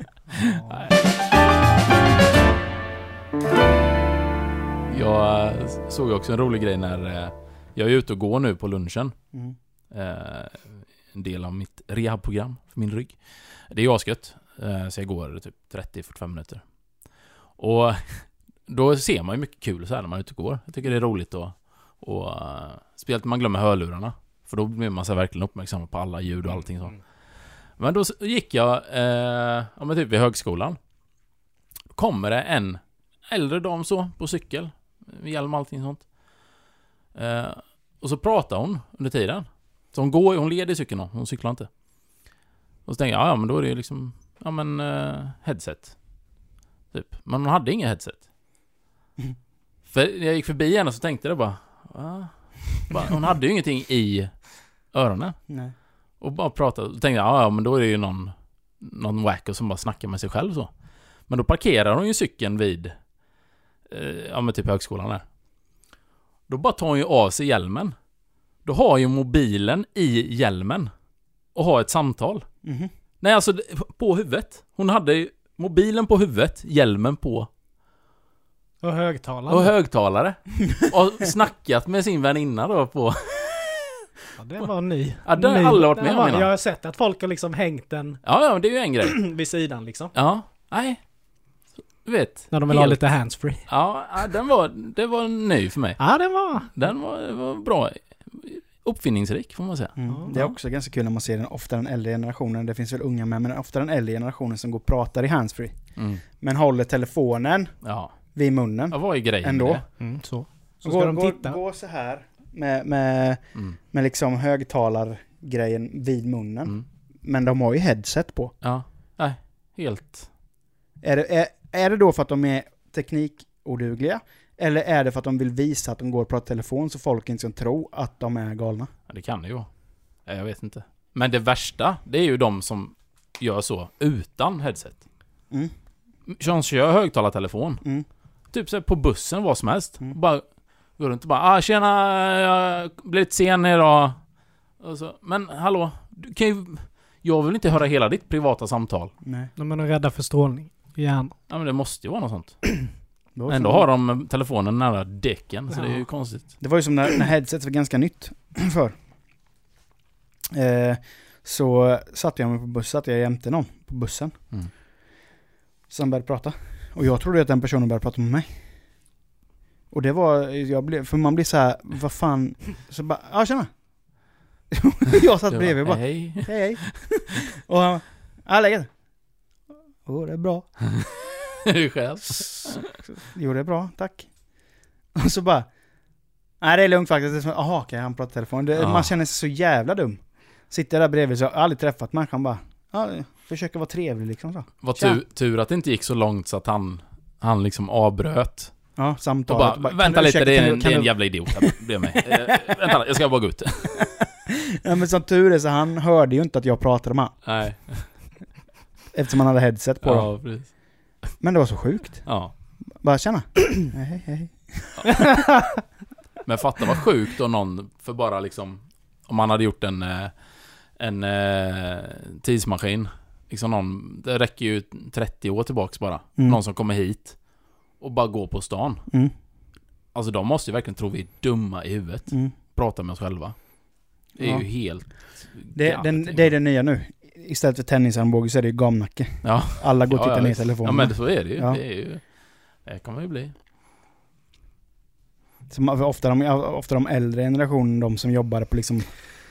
Speaker 1: Jag såg också en rolig grej när jag är ute och går nu på lunchen. En del av mitt rehabprogram för min rygg. Det är asgött. Så jag går typ 30-45 minuter. Och då ser man ju mycket kul så här när man är ute och går. Jag tycker det är roligt och speciellt när man glömmer hörlurarna. För då blir man så verkligen uppmärksam på alla ljud och allting så. Men då gick jag typ vid högskolan. Kommer det en äldre dam så på cykel. Hjälm och allting sånt. Och så pratar hon under tiden. Så hon leder i cykeln då. Hon cyklar inte. Och så tänker jag, men då är det ju liksom headset. Typ. Men hon hade ingen headset. För jag gick förbi henne och så tänkte jag bara, hon hade ju ingenting i öronen.
Speaker 3: Nej.
Speaker 1: Och bara pratade. Och tänkte jag, men då är det ju någon wacko som bara snackar med sig själv så. Men då parkerar hon ju cykeln vid typ högskolan där. Då bara tar hon ju av sig hjälmen. Då har ju mobilen i hjälmen och har ett samtal. Nej, alltså på huvudet. Hon hade ju mobilen på huvudet, hjälmen på
Speaker 2: och högtalare.
Speaker 1: Och snackat med sin väninna då på.
Speaker 2: Ja, det var ny.
Speaker 1: Ja, det har alla varit med om.
Speaker 2: Jag har sett att folk har liksom hängt den.
Speaker 1: Ja, det är ju en grej.
Speaker 2: Vid sidan liksom.
Speaker 1: Ja, nej. Du vet.
Speaker 2: När de vill ha lite handsfree.
Speaker 1: Ja, det var ny för mig.
Speaker 2: Ja,
Speaker 1: det var bra. Uppfinningsrik får man säga.
Speaker 3: Det är också ganska kul när man ser ofta den äldre generationen. Det finns väl unga med, men ofta den äldre generationen som går och pratar i handsfree. Men håller telefonen vid munnen.
Speaker 1: Ja, vad är grejen
Speaker 3: ändå?
Speaker 2: Så ska de titta.
Speaker 3: Gå så här med liksom högtalargrejen vid munnen. Men de har ju headset på.
Speaker 1: Ja, nej, helt.
Speaker 3: Är det då för att de är teknikodugliga? Eller är det för att de vill visa att de går och pratar telefon så folk inte ska tro att de är galna?
Speaker 1: Ja, det kan det ju. Jag vet inte. Men det värsta, det är ju de som gör så utan headset. Som kör högtalartelefon. Typ så på bussen, vad som helst. Bara går runt och bara, tjena, jag blir lite sen idag. Och så, men hallå, du kan ju, jag vill inte höra hela ditt privata samtal.
Speaker 3: Nej.
Speaker 2: De är rädda för strålning. Ja,
Speaker 1: men det måste ju vara något sånt. Ändå har de telefonen nära däcken, så det är ju konstigt.
Speaker 3: Det var ju som när headset var ganska nytt för. Så satte jag mig på bussen, satt jag jämte någon på bussen. Som började prata. Och jag trodde att den personen började prata med mig. Och det var, för man blir så här, vad fan, så bara, ja tjena. Jag satt bredvid och bara, hej. Och han, läget. Det är bra.
Speaker 1: Hur själv?
Speaker 3: Jo, det är bra, tack. Och så bara, nej det är lugnt faktiskt. Jaha, okej, han pratar telefon. Man känner sig så jävla dum. Sitter där bredvid, så jag har aldrig träffat människan bara, försöker vara trevlig liksom så.
Speaker 1: Var tur att det inte gick så långt så att han liksom avbröt.
Speaker 3: Ja, samtalet.
Speaker 1: Och bara, vänta lite, det är en jävla idiot här bredvid mig. Vänta, jag ska bara gå ut.
Speaker 3: Ja, men som tur är så han hörde ju inte att jag pratade med.
Speaker 1: Nej.
Speaker 3: Eftersom han hade headset på.
Speaker 1: Ja, precis.
Speaker 3: Men det var så sjukt.
Speaker 1: Ja.
Speaker 3: Bara känna. Hej.
Speaker 1: Ja. Men fatta vad sjukt då någon, för bara liksom, om man hade gjort en tidsmaskin. Liksom någon, det räcker ju 30 år tillbaks bara. Någon som kommer hit och bara går på stan. Alltså de måste ju verkligen tro vi är dumma i huvudet. Prata med oss själva. Det är ju helt...
Speaker 3: Det är det nya nu. Istället för tennisarmbåge så är det ju gamnacke.
Speaker 1: Ja.
Speaker 3: Alla går och tittar ner i telefonen.
Speaker 1: Ja, men så är det ju.
Speaker 3: Ja.
Speaker 1: Det kan man ju bli.
Speaker 3: Så ofta de äldre generationen, de som jobbar på liksom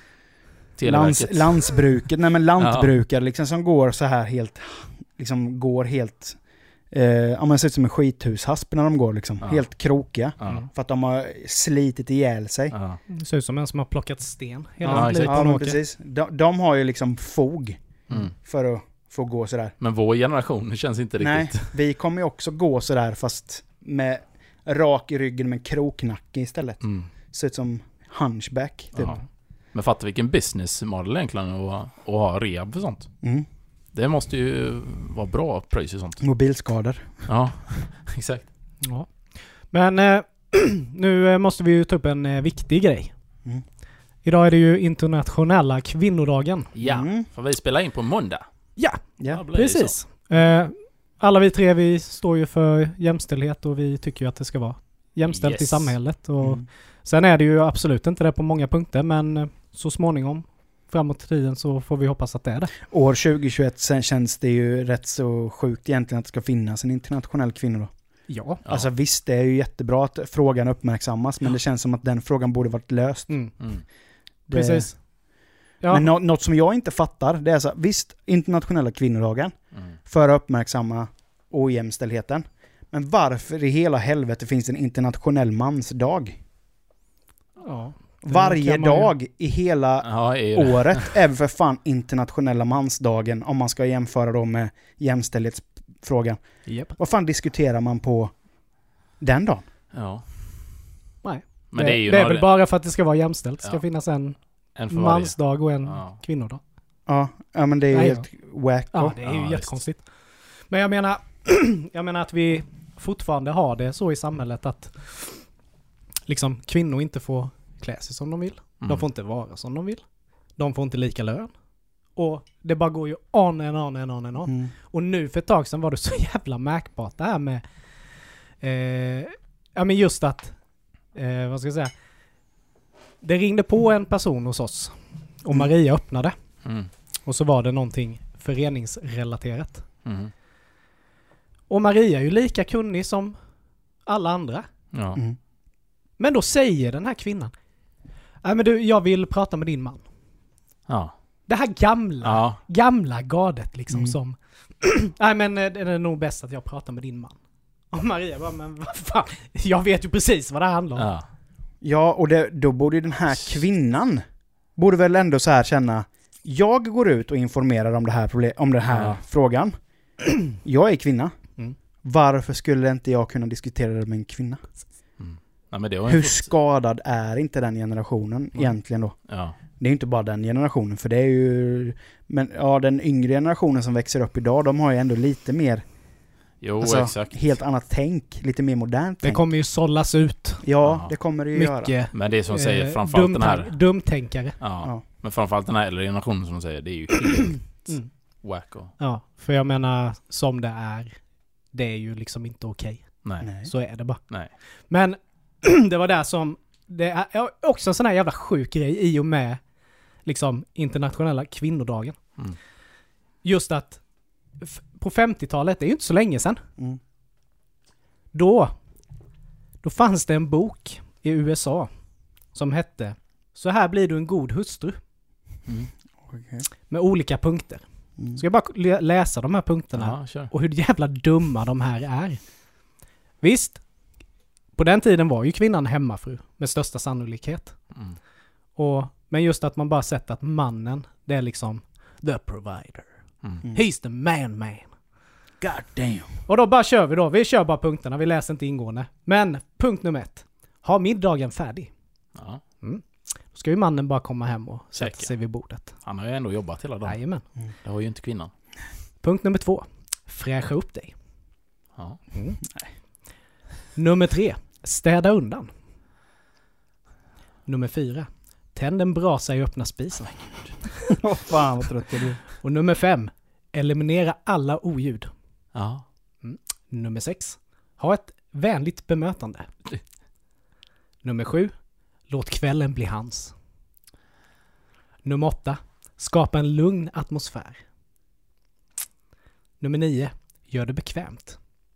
Speaker 3: landsbruket, lantbrukare liksom, som går så här helt liksom går helt man ser ut som en skithushasp när de går liksom, helt krokiga för att de har slitit ihjäl sig.
Speaker 2: Det ser ut som en som har plockat sten hela livet på
Speaker 3: men precis. De har ju liksom fog för att få gå så där.
Speaker 1: Men vår generation känns inte riktigt.
Speaker 3: Nej, vi kommer ju också gå så där fast med rak i ryggen med kroknacke istället. Ser ut som hunchback typ.
Speaker 1: Men fatta vilken business model egentligen att ha rehab för sånt. Det måste ju vara bra pröjs och sånt.
Speaker 3: Mobilskador.
Speaker 1: Ja, exakt.
Speaker 2: Ja. Men nu måste vi ju ta upp en viktig grej. Idag är det ju internationella kvinnodagen.
Speaker 1: Ja, för vi spelar in på måndag.
Speaker 2: Ja, precis. Alla vi tre, vi står ju för jämställdhet och vi tycker ju att det ska vara jämställt i samhället. Och sen är det ju absolut inte det på många punkter, men så småningom framåt tiden så får vi hoppas att det är det.
Speaker 3: År 2021 sen känns det ju rätt så sjukt egentligen att det ska finnas en internationell kvinnodag.
Speaker 2: Ja.
Speaker 3: Alltså visst, det är ju jättebra att frågan uppmärksammas, men det känns som att den frågan borde varit löst.
Speaker 2: Precis. Ja.
Speaker 3: Men något som jag inte fattar, det är så visst, internationella kvinnodagen för att uppmärksamma ojämställdheten. Men varför i hela helvete finns en internationell mansdag?
Speaker 2: Ja.
Speaker 3: Varje dag i hela året är för fan internationella mansdagen, om man ska jämföra då med jämställdhetsfrågan.
Speaker 2: Yep.
Speaker 3: Vad fan diskuterar man på den dagen?
Speaker 1: Ja.
Speaker 2: Nej.
Speaker 1: Men
Speaker 2: det är väl bara för att det ska vara jämställt. Det ska finnas en mansdag och en kvinnodag.
Speaker 3: Ja, men det är ju helt wacko.
Speaker 2: Ja, det är ju jättekonstigt. Men jag menar att vi fortfarande har det så i samhället att liksom kvinnor inte får klä sig som de vill. De får inte vara som de vill. De får inte lika lön. Och det bara går ju on. Och nu för ett tag sedan var det så jävla märkbart det här med men just att vad ska jag säga, det ringde på en person hos oss och Maria öppnade. Och så var det någonting föreningsrelaterat. Och Maria är ju lika kunnig som alla andra.
Speaker 1: Ja.
Speaker 2: Men då säger den här kvinnan, nej men du, jag vill prata med din man.
Speaker 1: Ja.
Speaker 2: Det här gamla gardet liksom som nej men det är nog bäst att jag pratar med din man. Och Maria bara, men vad fan, jag vet ju precis vad det handlar om.
Speaker 3: Ja, och då borde den här kvinnan borde väl ändå så här känna, jag går ut och informerar om det här om den här frågan. Jag är kvinna. Varför skulle inte jag kunna diskutera det med en kvinna?
Speaker 1: Ja, men det
Speaker 3: hur skadad är inte den generationen egentligen då?
Speaker 1: Ja.
Speaker 3: Det är ju inte bara den generationen, för det är ju... Men den yngre generationen som växer upp idag, de har ju ändå lite mer...
Speaker 1: Jo, exakt.
Speaker 3: Helt annat tänk, lite mer modernt tänk.
Speaker 2: Det kommer ju sållas ut.
Speaker 3: Ja, det kommer det ju göra.
Speaker 1: Men det är som säger, framförallt den här...
Speaker 2: Dumtänkare.
Speaker 1: Ja. Men framförallt den här äldre generationen som de säger, det är ju helt wacko.
Speaker 2: Ja, för jag menar, som det är ju liksom inte okej.
Speaker 1: Nej.
Speaker 2: Så är det bara.
Speaker 1: Nej.
Speaker 2: Men det var där som... Det är också en sån här jävla sjuk grej i och med liksom internationella kvinnodagen. Just att på 50-talet, det är ju inte så länge sedan. Då fanns det en bok i USA som hette Så här blir du en god hustru.
Speaker 3: Okay.
Speaker 2: Med olika punkter. Ska jag bara läsa de här punkterna och hur jävla dumma de här är. Visst, på den tiden var ju kvinnan hemmafru med största sannolikhet. Men just att man bara sett att mannen, det är liksom the provider. He's the man.
Speaker 3: God damn.
Speaker 2: Och då bara kör vi då. Vi kör bara punkterna, vi läser inte ingående. Men punkt nummer 1. Ha middagen färdig.
Speaker 1: Ja.
Speaker 2: Då ska ju mannen bara komma hem och sätta sig vid bordet.
Speaker 1: Han har ju ändå jobbat hela dagen.
Speaker 2: Jajamän.
Speaker 1: Det har ju inte kvinnan.
Speaker 2: Punkt nummer 2. Fräscha upp dig.
Speaker 1: Ja.
Speaker 2: Nummer 3. Städa undan. Nummer 4. Tänd en brasa i öppna spisen.
Speaker 3: Åh fan vad trött jag blir.
Speaker 2: Och nummer 5. Eliminera alla oljud.
Speaker 1: Ja.
Speaker 2: Nummer 6. Ha ett vänligt bemötande. Nummer 7. Låt kvällen bli hans. Nummer 8. Skapa en lugn atmosfär. Nummer 9. Gör det bekvämt.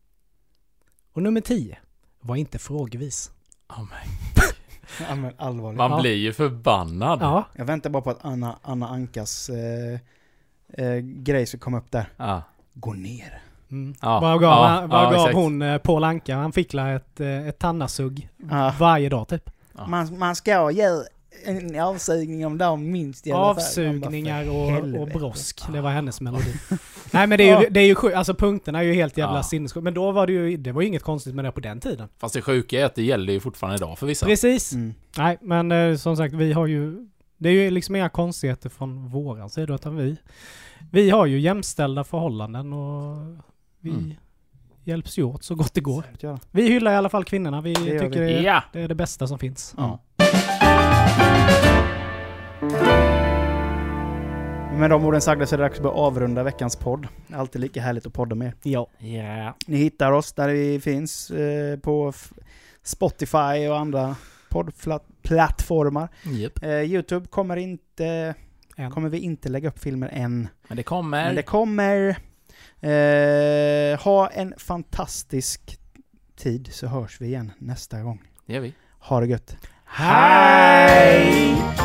Speaker 2: Och nummer 10. Var inte frågvis.
Speaker 3: Ja, men allvarligt.
Speaker 1: Man blir ju förbannad.
Speaker 2: Ja.
Speaker 3: Jag väntar bara på att Anna Ankas grej ska komma upp där.
Speaker 1: Ja.
Speaker 3: Gå ner.
Speaker 2: Vad gav hon Paul Anka? Han fick ett tannasugg varje dag typ.
Speaker 3: Ja. Man ska göra en avsugning om dagen minst i alla fall.
Speaker 2: Avsugningar och brosk. Det var hennes melodi. Nej men det är ju sjukt. Alltså punkterna är ju helt jävla sinnessjukt. Men då var det var ju inget konstigt med det på den tiden.
Speaker 1: Fast det sjuka är att det gäller ju fortfarande idag för vissa.
Speaker 2: Precis. Nej men som sagt vi har ju... Det är ju liksom inga konstigheter från våran sida utan vi har ju jämställda förhållanden och vi hjälps ju åt så gott det går. Vi hyllar i alla fall kvinnorna. Vi tycker det är det bästa som finns.
Speaker 3: Ja. Med de orden sagda så är det dags att börja avrunda veckans podd. Alltid lika härligt att podda med.
Speaker 2: Ja.
Speaker 3: Ni hittar oss där vi finns på Spotify och andra poddplattformar.
Speaker 1: Yep.
Speaker 3: YouTube kommer vi inte lägga upp filmer än.
Speaker 1: Men det
Speaker 3: kommer. Ha en fantastisk tid så hörs vi igen nästa gång.
Speaker 1: Det gör vi.
Speaker 3: Ha det gött.
Speaker 2: Hej!